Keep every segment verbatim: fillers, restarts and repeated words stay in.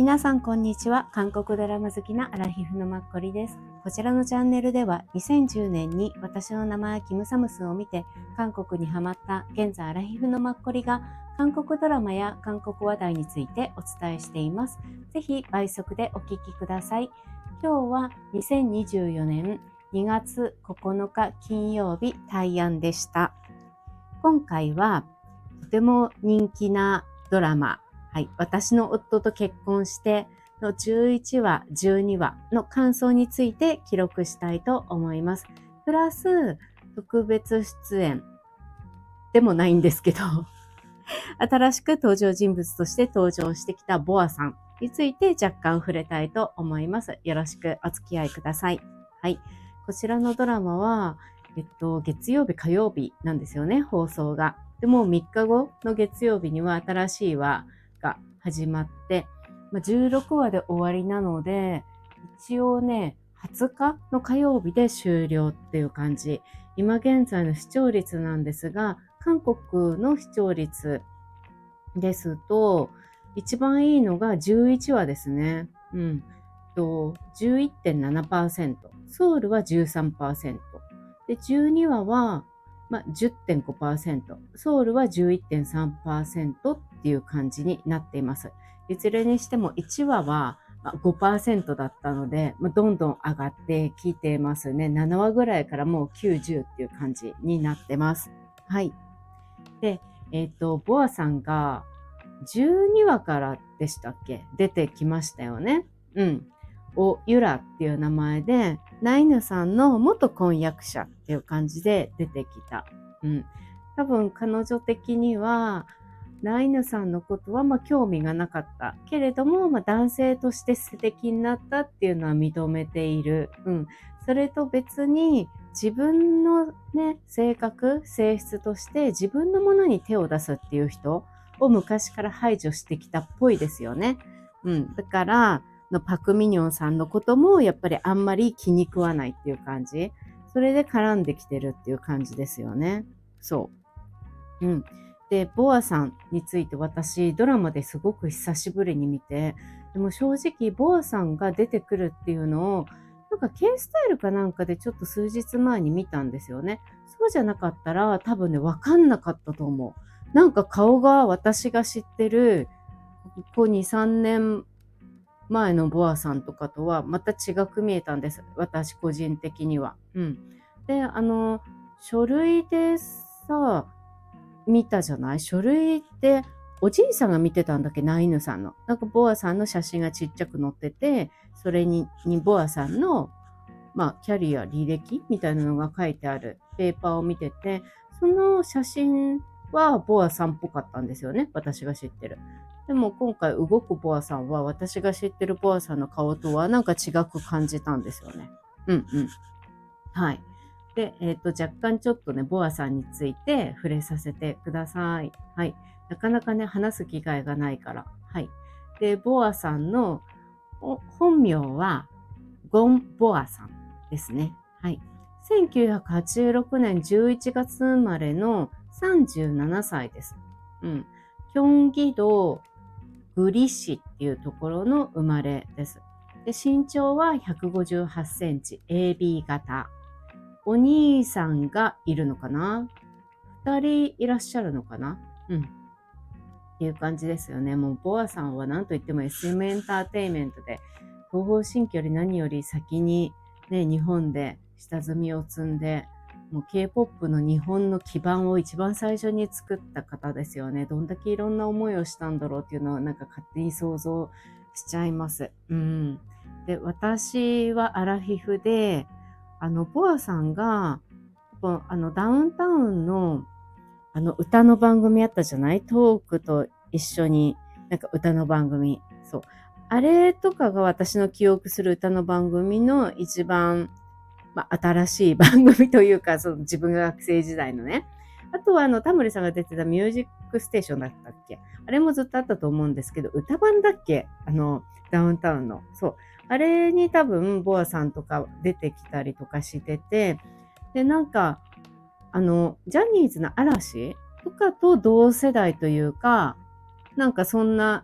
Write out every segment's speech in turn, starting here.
皆さんこんにちは。韓国ドラマ好きなアラヒフのマッコリです。こちらのチャンネルではにせんじゅうねんに私の名前キムサムスンを見て韓国にハマった現在アラヒフのマッコリが韓国ドラマや韓国話題についてお伝えしています。ぜひ倍速でお聞きください。今日はにせんにじゅうよねんにがつここのか金曜日大安でした。今回はとても人気なドラマ、はい、私の夫と結婚してのじゅういちわ、じゅうにわの感想について記録したいと思います。プラス特別出演でもないんですけど、新しく登場人物として登場してきたボアさんについて若干触れたいと思います。よろしくお付き合いください。はい、こちらのドラマは、えっと、月曜日、火曜日なんですよね、放送が。でもみっかごの月曜日には新しい話が始まって、じゅうろくわで終わりなので、一応ね、はつかの火曜日で終了っていう感じ。今現在の視聴率なんですが、韓国の視聴率ですと、一番いいのがじゅういちわですね。うん。と じゅういってんななパーセント。ソウルは じゅうさんパーセント。で、じゅうにわは、まあ、じゅってんごパーセント。ソウルは じゅういってんさんパーセント っていう感じになっています。いずれにしてもいちわは ごパーセント だったので、まあ、どんどん上がってきてますね。ななわぐらいからもうきゅうじゅうっていう感じになってます。はい。で、えっと、ボアさんがじゅうにわからでしたっけ出てきましたよね。うん。おゆらっていう名前で、ナイヌさんの元婚約者っていう感じで出てきた。うん。多分彼女的には、ナイヌさんのことはまあ興味がなかったけれども、まあ、男性として素敵になったっていうのは認めている。うん。それと別に自分のね、性格、性質として自分のものに手を出すっていう人を昔から排除してきたっぽいですよね。うん。だから、のパクミニョンさんのこともやっぱりあんまり気に食わないっていう感じ。それで絡んできてるっていう感じですよね。そう。うん。で、ボアさんについて私ドラマですごく久しぶりに見て、でも正直ボアさんが出てくるっていうのをなんか K スタイルかなんかでちょっと数日前に見たんですよね。そうじゃなかったら多分ね、わかんなかったと思う。なんか顔が私が知ってる、ここに、さんねんまえのボアさんとかとはまた違く見えたんです。私個人的には。うん。で、あの、書類でさ、見たじゃない書類っておじいさんが見てたんだっけナイヌさんの。なんかボアさんの写真がちっちゃく載ってて、それににボアさんの、まあ、キャリア、履歴みたいなのが書いてあるペーパーを見てて、その写真はボアさんっぽかったんですよね。私が知ってる。でも今回動くボアさんは私が知ってるボアさんの顔とはなんか違く感じたんですよね。うんうん。はい。で、えっと、若干ちょっとね、ボアさんについて触れさせてください。はい。なかなかね、話す機会がないから。はい。で、ボアさんの本名はゴン・ボアさんですね。はい。せんきゅうひゃくはちじゅうろくねんじゅういちがつ生まれのさんじゅうななさいです。うん。キョンギ道グリ市っていうところの生まれです。で、身長はひゃくごじゅうはちセンチ、エービー 型。お兄さんがいるのかな？二人いらっしゃるのかな？うん。っていう感じですよね。もうボアさんは何と言っても エスエム エンターテインメントで、東方神起より何より先にね、日本で下積みを積んで、もう K-ポップ の日本の基盤を一番最初に作った方ですよね。どんだけいろんな思いをしたんだろうっていうのはなんか勝手に想像しちゃいます。うん。で、私はアラフィフで、あの、ボアさんが、あの、ダウンタウンのあの歌の番組あったじゃない？トークと一緒になんか歌の番組。そう。あれとかが私の記憶する歌の番組の一番、まあ、新しい番組というか、その自分が学生時代のね。あとはあの、タモリさんが出てたミュージックステーションだったっけ？あれもずっとあったと思うんですけど、歌版だっけ？あの、ダウンタウンの。そう。あれに多分、ボアさんとか出てきたりとかしてて、で、なんか、あの、ジャニーズの嵐とかと同世代というか、なんかそんな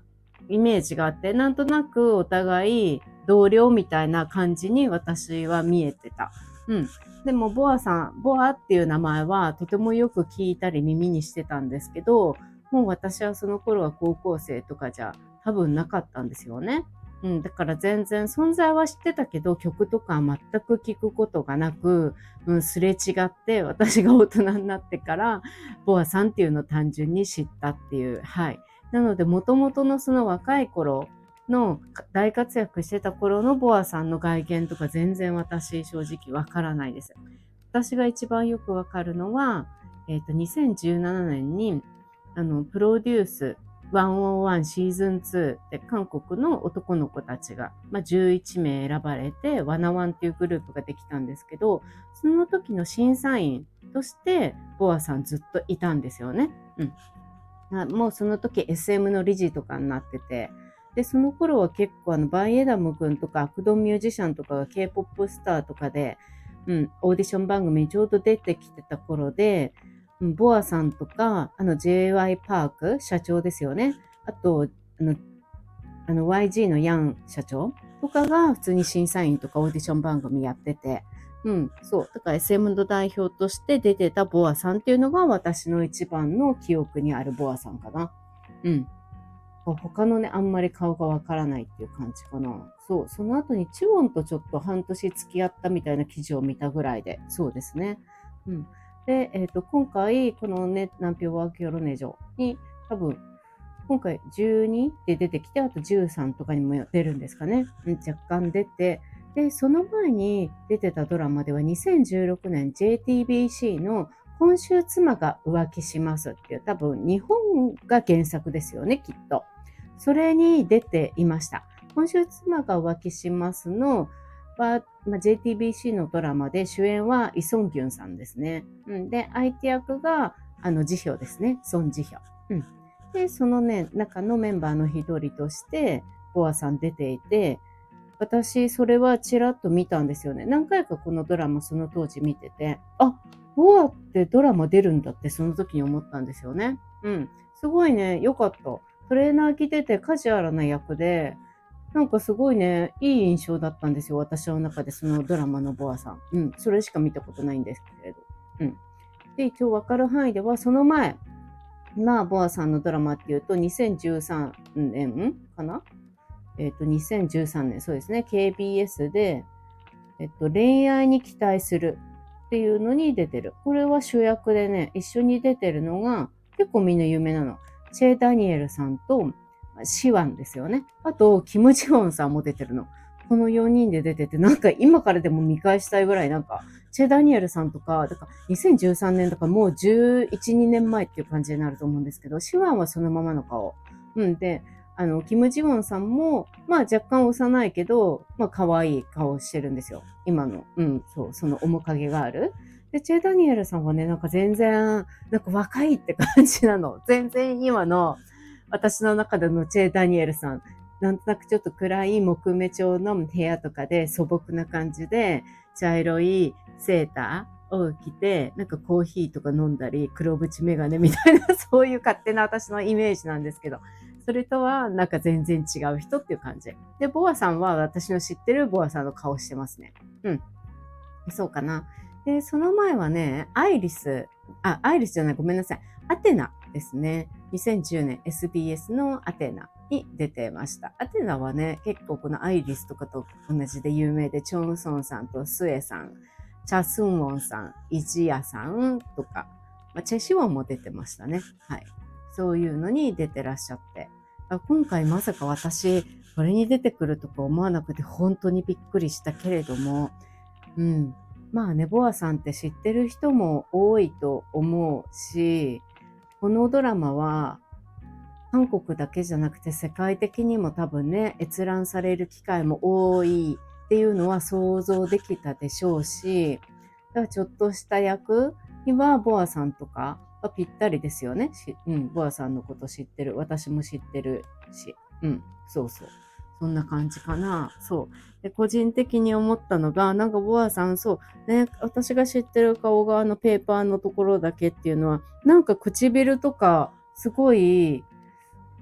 イメージがあって、なんとなくお互い同僚みたいな感じに私は見えてた。うん。でも、ボアさん、ボアっていう名前はとてもよく聞いたり耳にしてたんですけど、もう私はその頃は高校生とかじゃ多分なかったんですよね。うん、だから全然存在は知ってたけど、曲とか全く聞くことがなく、うん、すれ違って私が大人になってから、ボアさんっていうのを単純に知ったっていう。はい。なので、元々のその若い頃の大活躍してた頃のボアさんの外見とか全然私正直わからないです。私が一番よくわかるのは、えっと、にせんじゅうななねんに、あの、プロデュースひゃくいちシーズンツーで韓国の男の子たちが、まあ、じゅういちめい選ばれて、ワナワンっていうグループができたんですけど、その時の審査員として、ボアさんずっといたんですよね。うん。もうその時 エスエム の理事とかになってて、で、その頃は結構あの、バイエダム君とかアクドンミュージシャンとかが K-ポップ スターとかで、うん、オーディション番組にちょうど出てきてた頃で、うん、ボアさんとか、あの ジェイワイ パーク社長ですよね。あと、あの、あの ワイジー のヤン社長とかが普通に審査員とかオーディション番組やってて、うん、そう。だから エスエム の代表として出てたボアさんっていうのが私の一番の記憶にあるボアさんかな。うん。他のね、あんまり顔がわからないっていう感じかな。そう。その後にチュオンとちょっと半年付き合ったみたいな記事を見たぐらいで、そうですね。うん。で、えっ、と、今回、このね、ナンピョワーキョロネジョに、多分、今回じゅうにで出てきて、あとじゅうさんとかにも出るんですかね。うん、若干出て、で、その前に出てたドラマではにせんじゅうろくねん ジェイティービーシー の今週妻が浮気しますっていう、多分日本が原作ですよね、きっと。それに出ていました。今週妻が浮気しますのは、まあ、ジェイティービーシー のドラマで主演はイ・ソンギュンさんですね。うん、で、相手役があのジヒョですね。ソン・ジヒョ。うん、で、そのね、中のメンバーの一人として、ボアさん出ていて、私、それはちらっと見たんですよね。何回かこのドラマその当時見てて、あ、ボアってドラマ出るんだってその時に思ったんですよね。うん。すごいね、良かった。トレーナー着ててカジュアルな役で、なんかすごいね、いい印象だったんですよ。私の中でそのドラマのボアさん。うん。それしか見たことないんですけれど。うん。で、一応わかる範囲では、その前、まあ、ボアさんのドラマっていうと、にせんじゅうさんねんかなえっ、と、にせんじゅうさんねん、そうですね。ケービーエス で、えっと、恋愛に期待するっていうのに出てる。これは主役でね、一緒に出てるのが、結構みんな有名なの。チェ・ダニエルさんと、シワンですよね。あと、キム・ジホンさんも出てるの。このよにんで出てて、なんか今からでも見返したいぐらい、なんか、チェ・ダニエルさんとか、だからにせんじゅうさんねんとかもうじゅういち、にねんまえっていう感じになると思うんですけど、シワンはそのままの顔。うんで、あの、キム・ジウォンさんも、まあ若干幼いけど、まあ可愛い顔してるんですよ。今の、うん、そう、その面影がある。で、チェ・ダニエルさんはね、なんか全然、なんか若いって感じなの。全然今の、私の中でのチェ・ダニエルさん、なんとなくちょっと暗い木目調の部屋とかで素朴な感じで、茶色いセーターを着て、なんかコーヒーとか飲んだり、黒縁メガネみたいな、そういう勝手な私のイメージなんですけど、それとはなんか全然違う人っていう感じ。で、ボアさんは私の知ってるボアさんの顔してますね。うん。そうかな。で、その前はね、アイリス、あ、アイリスじゃない、ごめんなさい。アテナですね。にせんじゅうねん エスビーエス のアテナに出てました。アテナはね、結構このアイリスとかと同じで有名で、チョンソンさんとスエさん、チャスンウォンさん、イジヤさんとか、まあ、チェシウォンも出てましたね。はい。そういうのに出てらっしゃって。今回まさか私、これに出てくるとか思わなくて本当にびっくりしたけれども、うん。まあね、ボアさんって知ってる人も多いと思うし、このドラマは韓国だけじゃなくて世界的にも多分ね、閲覧される機会も多いっていうのは想像できたでしょうし、だからちょっとした役にはボアさんとかはぴったりですよね。うん、ボアさんのこと知ってる。私も知ってるし。うん、そうそう。そんな感じかな。そう。で、個人的に思ったのが、なんかボアさん、そう、ね、私が知ってる顔があのペーパーのところだけっていうのは、なんか唇とか、すごい、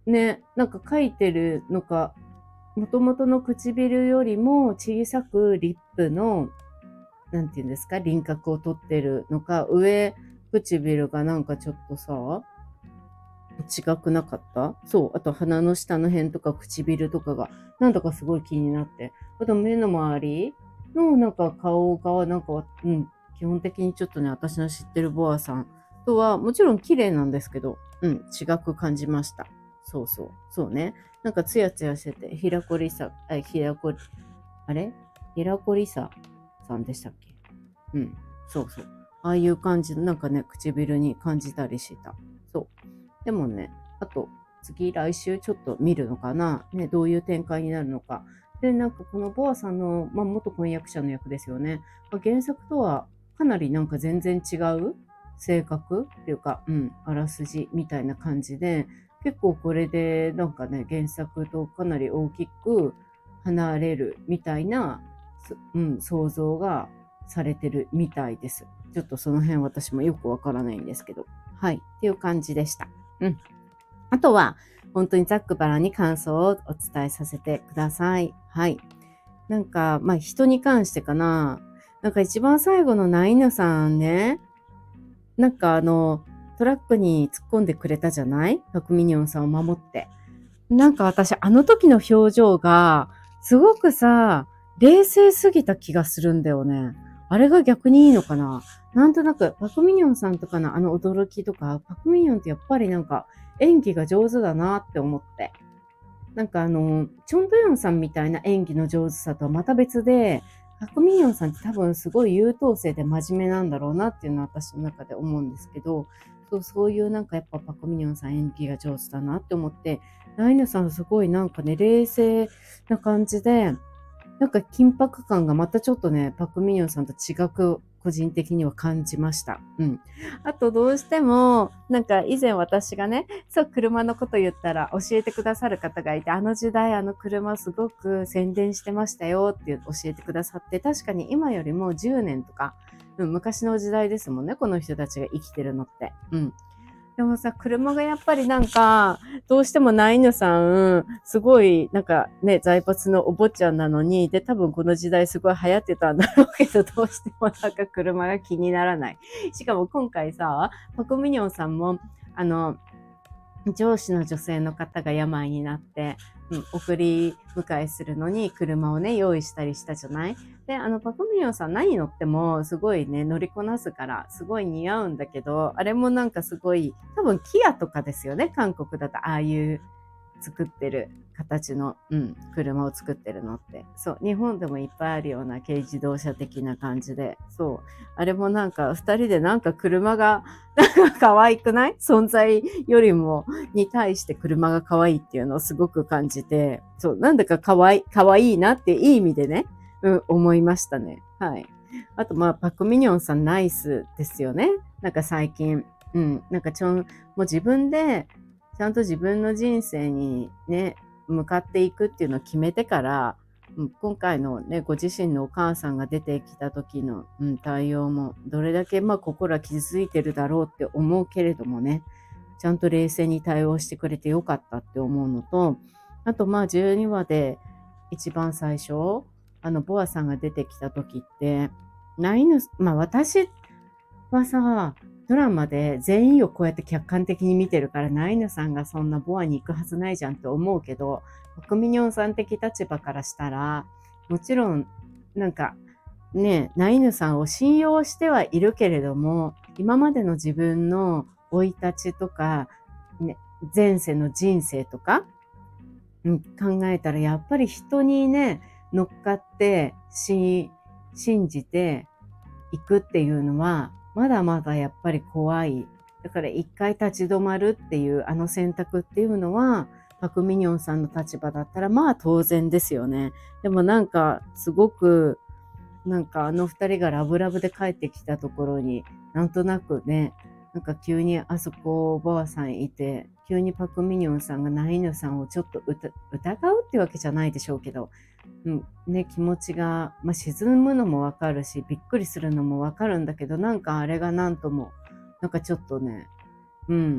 ね、なんか書いてるのか、もともとの唇よりも小さくリップの、なんていうんですか、輪郭を取ってるのか、上唇がなんかちょっとさ、違くなかった？そう。あと鼻の下の辺とか唇とかが、なんだかすごい気になって。あと目の周りのなんか顔が、なんか、うん、基本的にちょっとね、私の知ってるボアさんとは、もちろん綺麗なんですけど、うん、違く感じました。そうそう。そうね。なんかツヤツヤしてて、ひらこりさ、あ、ひらこり、あれひらこりささんでしたっけ？うん。そうそう。ああいう感じの、なんかね、唇に感じたりした。そう。でもね、あと、次、来週ちょっと見るのかな。ね、どういう展開になるのか。で、なんかこのボアさんの、まあ、元婚約者の役ですよね。まあ、原作とはかなりなんか全然違う性格っていうか、うん、あらすじみたいな感じで、結構これでなんかね、原作とかなり大きく離れるみたいな、うん、想像がされてるみたいです。ちょっとその辺私もよくわからないんですけど。はい。っていう感じでした。うん。あとは、本当にざっくばらんに感想をお伝えさせてください。はい。なんか、まあ、人に関してかな。なんか一番最後のナイヌさんね。なんかあの、トラックに突っ込んでくれたじゃない？パクミニオンさんを守って。なんか私、あの時の表情が、すごくさ、冷静すぎた気がするんだよね。あれが逆にいいのかな？なんとなく、パクミニョンさんとかのあの驚きとか、パクミニョンってやっぱりなんか演技が上手だなって思って。なんかあの、チョンドヨンさんみたいな演技の上手さとはまた別で、パクミニョンさんって多分すごい優等生で真面目なんだろうなっていうのは私の中で思うんですけど、そう、そういうなんかやっぱパクミニョンさん演技が上手だなって思って、ライナさんすごいなんかね、冷静な感じで、なんか緊迫感がまたちょっとね、パクミニョンさんと違く個人的には感じました。うん。あとどうしても、なんか以前私がね、そう、車のこと言ったら教えてくださる方がいて、あの時代あの車すごく宣伝してましたよって教えてくださって、確かに今よりもじゅうねんとか、うん、昔の時代ですもんね、この人たちが生きてるのって。うん。でもさ、車がやっぱりなんか、どうしてもナイヌさん、すごい、なんかね、財閥のお坊ちゃんなのに、で、多分この時代すごい流行ってたんだろうけど、どうしてもなんか車が気にならない。しかも今回さ、パクミニョンさんも、あの、上司の女性の方が病になって、うん、送り迎えするのに車をね、用意したりしたじゃない？で、あの、パクミヨンさん何乗ってもすごいね、乗りこなすから、すごい似合うんだけど、あれもなんかすごい、多分キアとかですよね、韓国だとああいう作ってる形の、うん、車を作ってるのって。そう、日本でもいっぱいあるような軽自動車的な感じで、そう、あれもなんか二人でなんか車が、なんか可愛くない？存在よりも、に対して車が可愛いっていうのをすごく感じて、そう、なんだか可愛い、可愛いなっていい意味でね、うん、思いましたね。はい。あと、まあ、パクミニョンさんナイスですよね。なんか最近、うん、なんかちょん、もう自分で、ちゃんと自分の人生にね、向かっていくっていうのを決めてから、うん、今回のね、ご自身のお母さんが出てきた時の、うん、対応も、どれだけまあ心は傷ついてるだろうって思うけれどもね、ちゃんと冷静に対応してくれてよかったって思うのと、あとまあじゅうにわで一番最初、あのボアさんが出てきた時って、ナイヌ、まあ私はさ、ドラマで全員をこうやって客観的に見てるから、ナイヌさんがそんなボアに行くはずないじゃんって思うけど、パクミニョンさん的立場からしたら、もちろん、なんか、ね、ナイヌさんを信用してはいるけれども、今までの自分の生い立ちとか、ね、前世の人生とか、うん、考えたら、やっぱり人にね、乗っかってし、信じていくっていうのは、まだまだやっぱり怖い。だから一回立ち止まるっていうあの選択っていうのは、パクミニョンさんの立場だったらまあ当然ですよね。でもなんかすごくなんかあの二人がラブラブで帰ってきたところに、なんとなくね、なんか急にあそこばあさんいて、急にパクミニョンさんがナイヌさんをちょっと疑うってわけじゃないでしょうけど、うん、ね、気持ちが、まあ、沈むのもわかるし、びっくりするのもわかるんだけど、なんかあれがなんとも、なんかちょっとね、うん、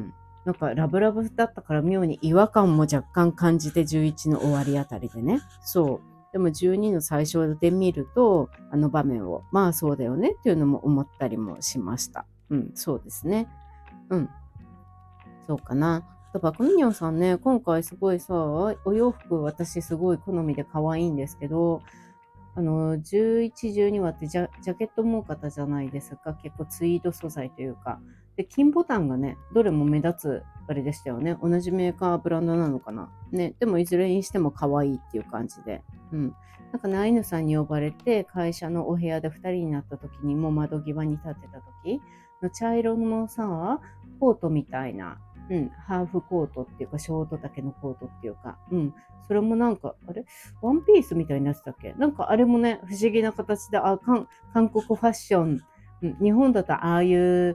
なんかラブラブだったから妙に違和感も若干感じて、じゅういちの終わりあたりでね。そう。でもじゅうにの最初で見ると、あの場面を、まあそうだよねっていうのも思ったりもしました。うん、そうですね。うん。そうかな。パクミニョンさんね、今回すごいさ、お洋服私すごい好みで可愛いんですけど、あの、じゅういち、じゅうにわってジャジャケットも多かったじゃないですか。結構ツイード素材というか。で、金ボタンがね、どれも目立つあれでしたよね。同じメーカーブランドなのかな。ね、でもいずれにしても可愛いっていう感じで。うん。なんかね、アイヌさんに呼ばれて、会社のお部屋でふたりになった時にもう窓際に立ってた時の茶色のさ、コートみたいな、うん、ハーフコートっていうか、ショート丈のコートっていうか、うん、それもなんか、あれワンピースみたいになってたっけなんかあれもね、不思議な形で、あ、韓韓国ファッション、うん日本だとああいう、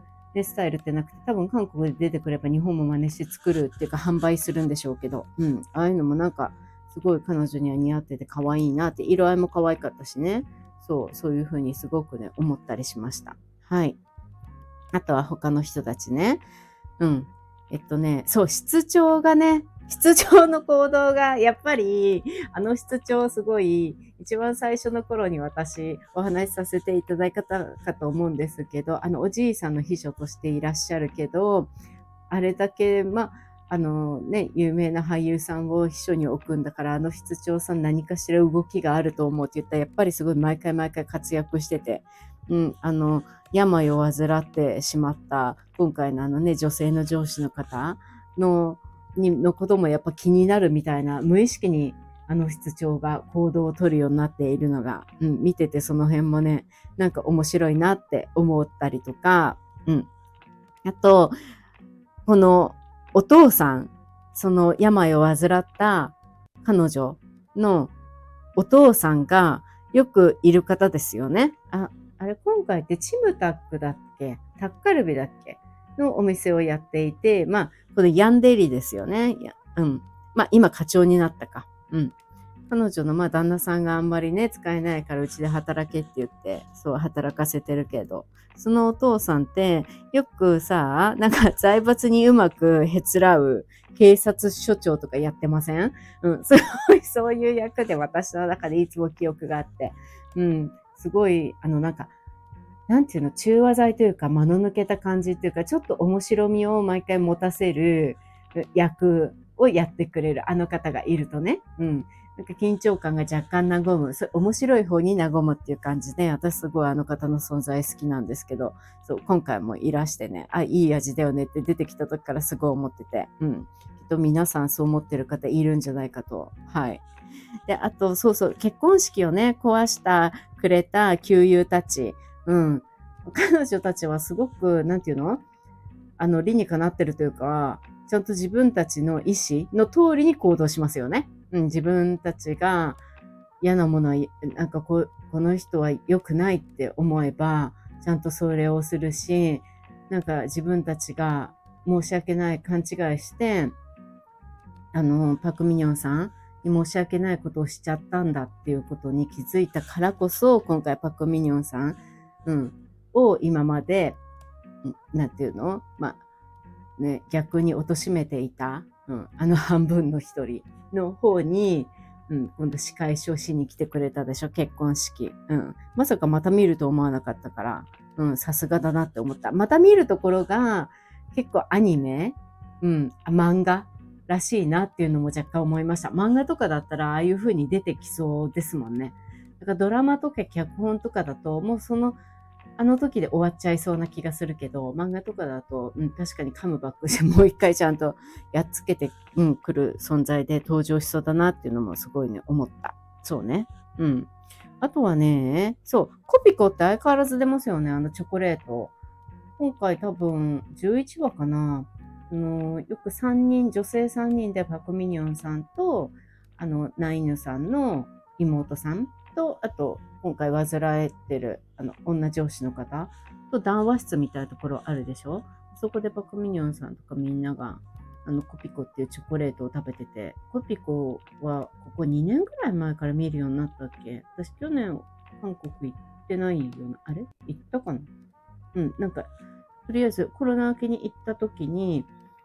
ね、スタイルってなくて、多分韓国で出てくれば日本も真似して作るっていうか販売するんでしょうけど、うん、ああいうのもなんか、すごい彼女には似合ってて可愛いなって、色合いも可愛かったしね、そう、そういう風にすごくね、思ったりしました。はい。あとは他の人たちね。うん。えっとね、そう、室長がね、室長の行動が、やっぱり、あの室長すごい、一番最初の頃に私、お話しさせていただいたかと思うんですけど、あの、おじいさんの秘書としていらっしゃるけど、あれだけ、まあ、あのね、有名な俳優さんを秘書に置くんだから、あの室長さん何かしら動きがあると思うって言ったら、やっぱりすごい毎回毎回活躍してて、うん、あの、病を患ってしまった、今回のあのね、女性の上司の方の、に、のこともやっぱ気になるみたいな、無意識にあの室長が行動を取るようになっているのが、うん、見ててその辺もね、なんか面白いなって思ったりとか、うん。あと、このお父さん、その病を患った彼女のお父さんがよくいる方ですよね。あ、あれ今回ってチムタックだっけタッカルビだっけのお店をやっていて、まあ、このヤンデリですよね。やうん。まあ、今課長になったか。うん。彼女のまあ旦那さんがあんまりね、使えないからうちで働けって言って、そう働かせてるけど、そのお父さんってよくさ、なんか財閥にうまくへつらう警察署長とかやってませんうん、すごいそういう役で私の中でいつも記憶があって、うん、すごい、あのなんか、なんていうの、中和剤というか、間の抜けた感じっていうか、ちょっと面白みを毎回持たせる役をやってくれるあの方がいるとね、うん。なんか緊張感が若干和む、そ面白い方に和むっていう感じで、私すごいあの方の存在好きなんですけど、そう、今回もいらしてね、あ、いい味だよねって出てきた時からすごい思ってて、うん。きっと皆さんそう思ってる方いるんじゃないかと、はい。で、あと、そうそう、結婚式をね、壊したくれた旧友たち、うん。彼女たちはすごく、なんていうのあの、理にかなってるというか、ちゃんと自分たちの意思の通りに行動しますよね。うん、自分たちが嫌なものは、なんかこう、この人は良くないって思えば、ちゃんとそれをするし、なんか自分たちが申し訳ない勘違いして、あの、パクミニョンさんに申し訳ないことをしちゃったんだっていうことに気づいたからこそ、今回パクミニョンさん、うん、を今まで、なんていうのまあ、ね、逆に貶めていた、うん、あの半分の一人の方に、うん、今度仕返しをしに来てくれたでしょ、結婚式。うん。まさかまた見ると思わなかったから、うん、さすがだなって思った。また見るところが、結構アニメ、うん、漫画らしいなっていうのも若干思いました。漫画とかだったら、ああいう風に出てきそうですもんね。だからドラマとか脚本とかだと、もうそのあの時で終わっちゃいそうな気がするけど、漫画とかだと、うん、確かにカムバックしてもう一回ちゃんとやっつけて、うん、来る存在で登場しそうだなっていうのもすごいね、思った。そうね。うん。あとはね、そう、コピコって相変わらず出ますよね、あのチョコレート。今回多分じゅういちわかな。あの、よくさんにん、女性さんにんでパクミニョンさんと、あの、ナイヌさんの妹さんと、あと、今回患えてる、あの、女上司の方と談話室みたいなところあるでしょそこでパクミニョンさんとかみんなが、あの、コピコっていうチョコレートを食べてて、コピコはここにねんぐらい前から見るようになったっけ私去年韓国行ってないような、あれ行ったかなうん、なんか、とりあえずコロナ明けに行った時に、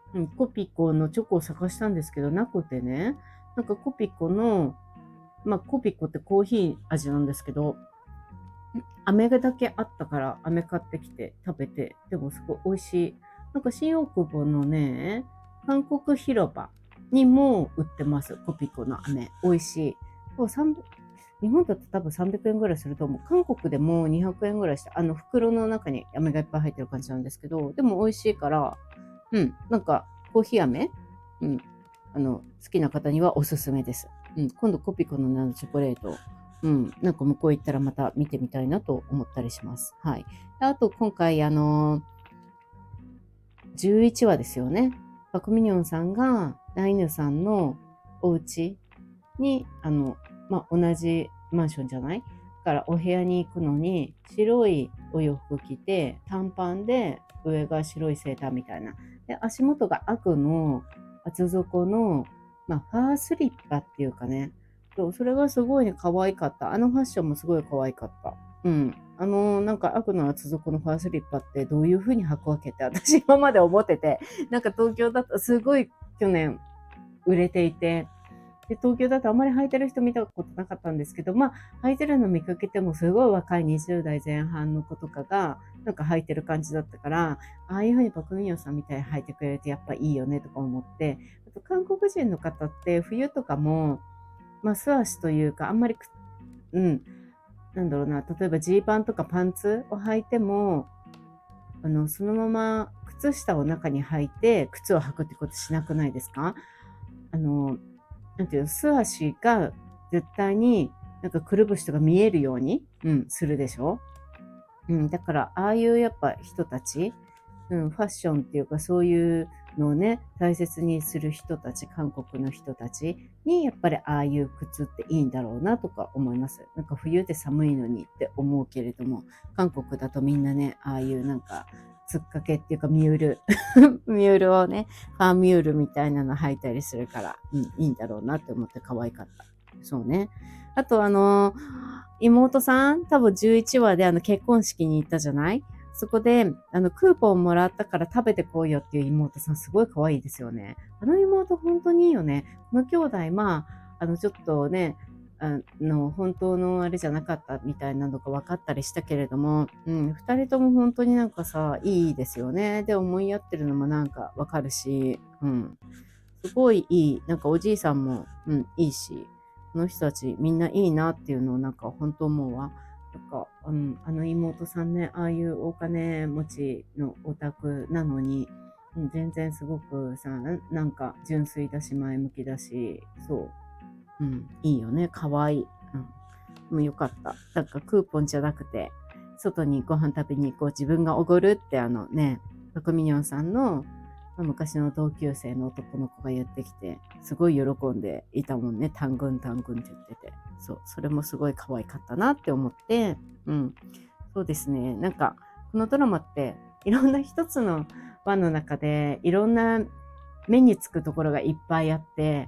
うん、コピコのチョコを探したんですけど、なくてね、なんかコピコの、まあコピコってコーヒー味なんですけど、飴だけあったから、飴買ってきて食べて、でもすごい美味しい。なんか新大久保のね、韓国広場にも売ってます。コピコの飴。美味しい。日本だと多分さんびゃくえんぐらいすると思う。韓国でもにひゃくえんぐらいして、あの袋の中に飴がいっぱい入ってる感じなんですけど、でも美味しいから、うん、なんかコーヒー飴、うん、あの、好きな方にはおすすめです。うん、今度コピコのナノチョコレート、うん、なんか向こう行ったらまた見てみたいなと思ったりします。はい。あと今回、あのー、じゅういちわですよね。パクミニョンさんがナイヌさんのお家に、あの、まあ、同じマンションじゃないからお部屋に行くのに白いお洋服着て短パンで上が白いセーターみたいな。で、足元が悪の厚底の、まあ、ファースリッパっていうかね。それがすごいね、可愛かった。あのファッションもすごい可愛かった。うん。あの、なんか悪の厚底のファースリッパってどういう風に履くわけって私今まで思ってて、なんか東京だとすごい去年売れていて、で、東京だとあんまり履いてる人見たことなかったんですけど、まあ、履いてるの見かけてもすごい若いにじゅう代前半の子とかが、なんか履いてる感じだったから、ああいう風にパクミヨさんみたいに履いてくれるとやっぱいいよねとか思って、あと韓国人の方って冬とかも、まあ、素足というか、あんまりく、うん、なんだろうな、例えばジーパンとかパンツを履いても、あの、そのまま靴下を中に履いて靴を履くってことしなくないですか？あの、なんていうの、素足が絶対になんかくるぶしとか見えるように、うん、するでしょ？うん、だから、ああいうやっぱ人たち、うん、ファッションっていうかそういうのをね、大切にする人たち、韓国の人たちに、やっぱりああいう靴っていいんだろうなとか思います。なんか冬で寒いのにって思うけれども、韓国だとみんなね、ああいうなんか、つっかけっていうかミュール、ミュールをね、ファーミュールみたいなの履いたりするから、うん、いいんだろうなって思って可愛かった。そうね。あとあの、妹さん、多分じゅういちわであの結婚式に行ったじゃない？そこで、あの、クーポンもらったから食べてこいよっていう妹さん、すごい可愛いですよね。あの妹、本当にいいよね。この兄弟、まあ、あの、ちょっとね、あの、本当のあれじゃなかったみたいなのが分かったりしたけれども、うん、二人とも本当になんかさ、いいですよね。で、思い合ってるのもなんか分かるし、うん、すごいいい。なんかおじいさんも、うん、いいし、この人たちみんないいなっていうのをなんか本当思うわ。なんか、うん、あの妹さんね、ああいうお金持ちのオタクなのに、うん、全然すごくさ、なんか純粋だし前向きだし、そう、うん、いいよね、かわいい。うん、もうよかった。なんかクーポンじゃなくて、外にご飯食べに行こう、自分がおごるってあのね、パクミニョンさんの昔の同級生の男の子が言ってきて、すごい喜んでいたもんね。タングンタングンって言ってて。そう、それもすごい可愛かったなって思って、うん。そうですね。なんか、このドラマって、いろんな一つの輪の中で、いろんな目につくところがいっぱいあって、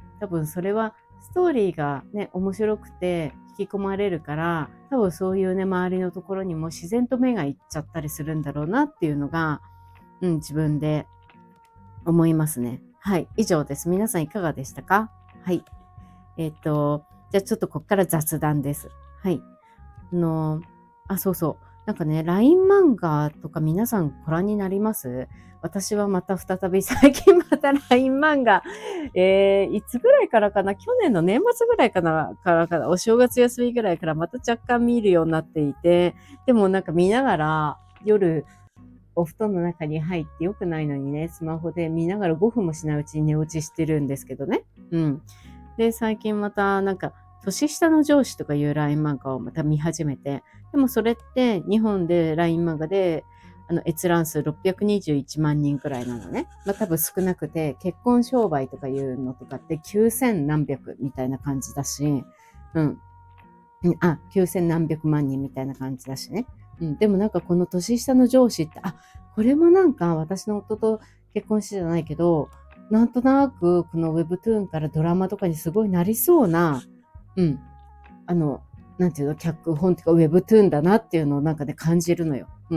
多分それはストーリーがね、面白くて引き込まれるから、多分そういうね、周りのところにも自然と目がいっちゃったりするんだろうなっていうのが、うん、自分で思いますね。はい。以上です。皆さんいかがでしたか？はい。えっと、じゃあちょっとこっから雑談です。はい。あの、あ、そうそう。なんかね、ライン 漫画とか皆さんご覧になります？私はまた再び最近また ライン 漫画、えー、いつぐらいからかな？去年の年末ぐらいかなからかなお正月休みぐらいからまた若干見るようになっていて、でもなんか見ながら夜お布団の中に入って良くないのにね、スマホで見ながらごふんもしないうちに寝落ちしてるんですけどね。うん。で、最近またなんか、年下の上司とかいう ライン 漫画をまた見始めて、でもそれって日本で ライン 漫画で、あの閲覧数ろっぴゃくにじゅういちまん人くらいなのね。まあ多分少なくて、結婚商売とかいうのとかってきゅうせん何百みたいな感じだし、うん。あ、きゅうせん何百万人みたいな感じだしね。うん、でもなんかこの年下の上司って、あ、これもなんか私の夫と結婚してじゃないけど、なんとなくこの Webtoon からドラマとかにすごいなりそうな、うん、あの、なんていうの、脚本っていうか Webtoon だなっていうのをなんかね、感じるのよ。うん。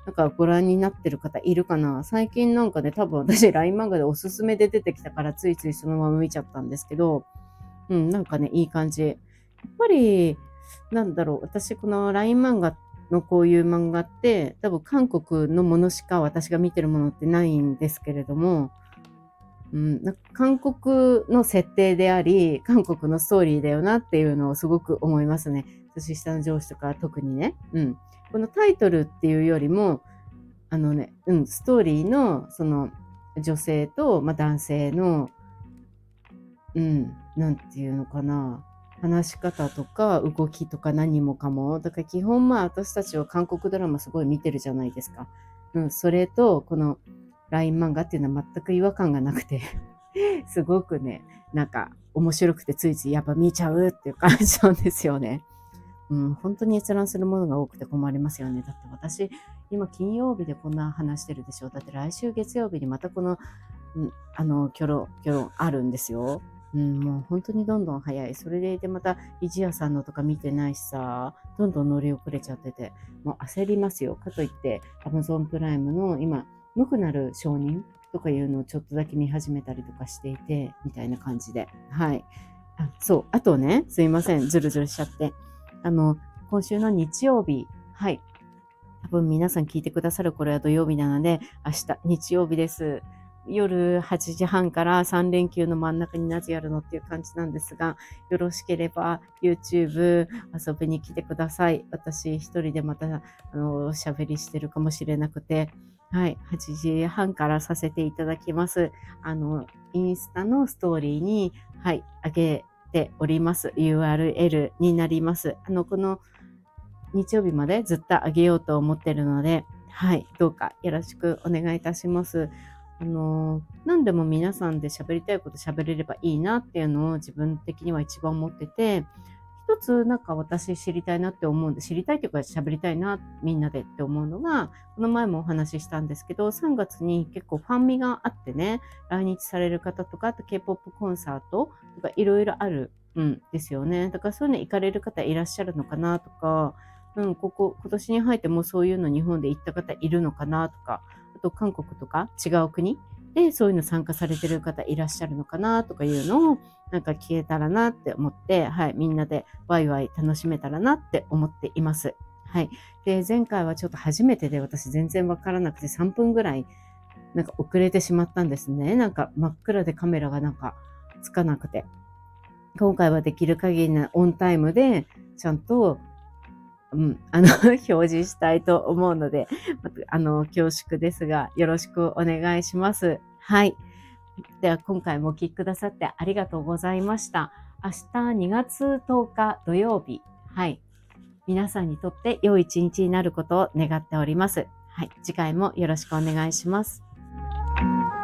なんかご覧になってる方いるかな。最近なんかね、多分私 ライン 漫画でおすすめで出てきたからついついそのまま見ちゃったんですけど、うん、なんかね、いい感じ。やっぱり、なんだろう、私この ライン 漫画のこういう漫画って、多分韓国のものしか私が見てるものってないんですけれども、うん、なんか韓国の設定であり、韓国のストーリーだよなっていうのをすごく思いますね。年下の上司とか特にね。うん。このタイトルっていうよりも、あのね、うん、ストーリーの、その、女性と、まあ、男性の、うん、なんていうのかな、話し方とか動きとか何もかも。だから基本まあ私たちは韓国ドラマすごい見てるじゃないですか。うん、それとこの ライン 漫画っていうのは全く違和感がなくてすごくね、なんか面白くてついついやっぱ見ちゃうっていう感じなんですよね。うん、本当に閲覧するものが多くて困りますよね。だって私、今金曜日でこんな話してるでしょ。だって来週月曜日にまたこの、うん、あの、キョロ、キョロあるんですよ。うん、もう本当にどんどん早い。それでいてまた、イジヤさんのとか見てないしさ、どんどん乗り遅れちゃってて、もう焦りますよ。かといって、Amazon プライムの今、無くなる承認とかいうのをちょっとだけ見始めたりとかしていて、みたいな感じで。はい。あ、そう。あとね、すいません。ずるずるしちゃって。あの、今週の日曜日、はい。多分皆さん聞いてくださるこれは土曜日なので、明日、日曜日です。夜はちじはんからさん連休の真ん中になぜやるのっていう感じなんですが、よろしければ YouTube 遊びに来てください。私一人でまた、あの、喋りしてるかもしれなくて、はい、はちじはんからさせていただきます。あの、インスタのストーリーに、はい、あげております。ユーアールエル になります。あの、この日曜日までずっとあげようと思ってるので、はい、どうかよろしくお願いいたします。あの、何でも皆さんで喋りたいこと喋れればいいなっていうのを自分的には一番思ってて、一つなんか私知りたいなって思うんで、知りたいというか喋りたいな、みんなでって思うのが、この前もお話ししたんですけど、さんがつに結構ファンミがあってね、来日される方とか、あと K-ポップ コンサートとかいろいろあるんですよね。だからそういうの行かれる方いらっしゃるのかなとか、うん、ここ、今年に入ってもうそういうの日本で行った方いるのかなとか、あと韓国とか違う国でそういうの参加されてる方いらっしゃるのかなとかいうのをなんか聞けたらなって思って、はい、みんなでワイワイ楽しめたらなって思っています。はい。で、前回はちょっと初めてで私全然わからなくてさんぷんぐらいなんか遅れてしまったんですね。なんか真っ暗でカメラがなんかつかなくて。今回はできる限りなオンタイムでちゃんとうん、あの表示したいと思うので、あの、恐縮ですが、よろしくお願いします。はい。では、今回もお聞きくださってありがとうございました。明日にがつとおか土曜日。はい。皆さんにとって良い一日になることを願っております。はい。次回もよろしくお願いします。